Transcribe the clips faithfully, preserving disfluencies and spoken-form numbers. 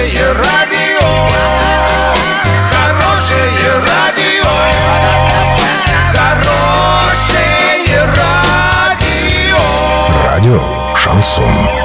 Хорошее радио, хорошее радио, хорошее радио. Радио Шансон.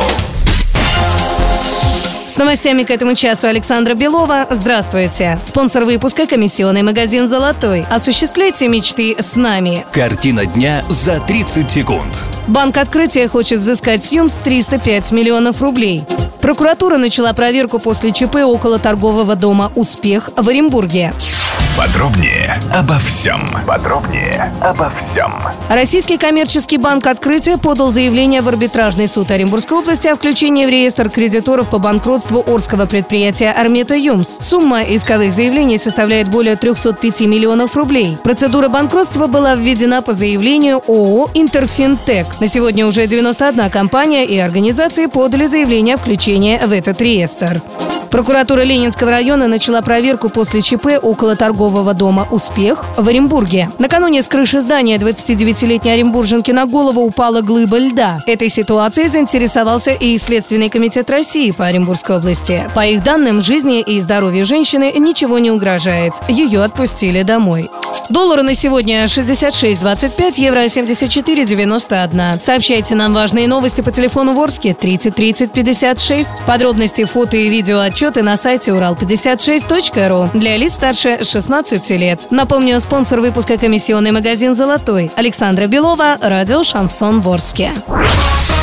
С новостями к этому часу Александра Белова. Здравствуйте. Спонсор выпуска — комиссионный магазин «Золотой». Осуществляйте мечты с нами. Картина дня за тридцать секунд. Банк «Открытие» хочет взыскать с ЮМС триста пять миллионов рублей. Прокуратура начала проверку после ЧП около торгового дома «Успех» в Оренбурге. Подробнее обо всем. Подробнее обо всем. Российский коммерческий банк «Открытие» подал заявление в арбитражный суд Оренбургской области о включении в реестр кредиторов по банкротству Орского предприятия «Армета ЮМС». Сумма исковых заявлений составляет более триста пять миллионов рублей. Процедура банкротства была введена по заявлению ООО «Интерфинтек». На сегодня уже девяносто одна компания и организации подали заявление о включении в этот реестр. Прокуратура Ленинского района начала проверку после ЧП около торгового дома «Успех» в Оренбурге. Накануне с крыши здания двадцатидевятилетней оренбурженки на голову упала глыба льда. Этой ситуацией заинтересовался и Следственный комитет России по Оренбургской области. По их данным, жизни и здоровью женщины ничего не угрожает. Ее отпустили домой. Доллары на сегодня шестьдесят шесть двадцать пять, евро семьдесят четыре девяносто один. Сообщайте нам важные новости по телефону Ворске тридцать тридцать пятьдесят шесть. Подробности, фото и видео отчеты на сайте урал пятьдесят шесть точка ру для лиц старше шестнадцати лет. Напомню, спонсор выпуска — комиссионный магазин «Золотой». Александра Белова, радио «Шансон» Ворске.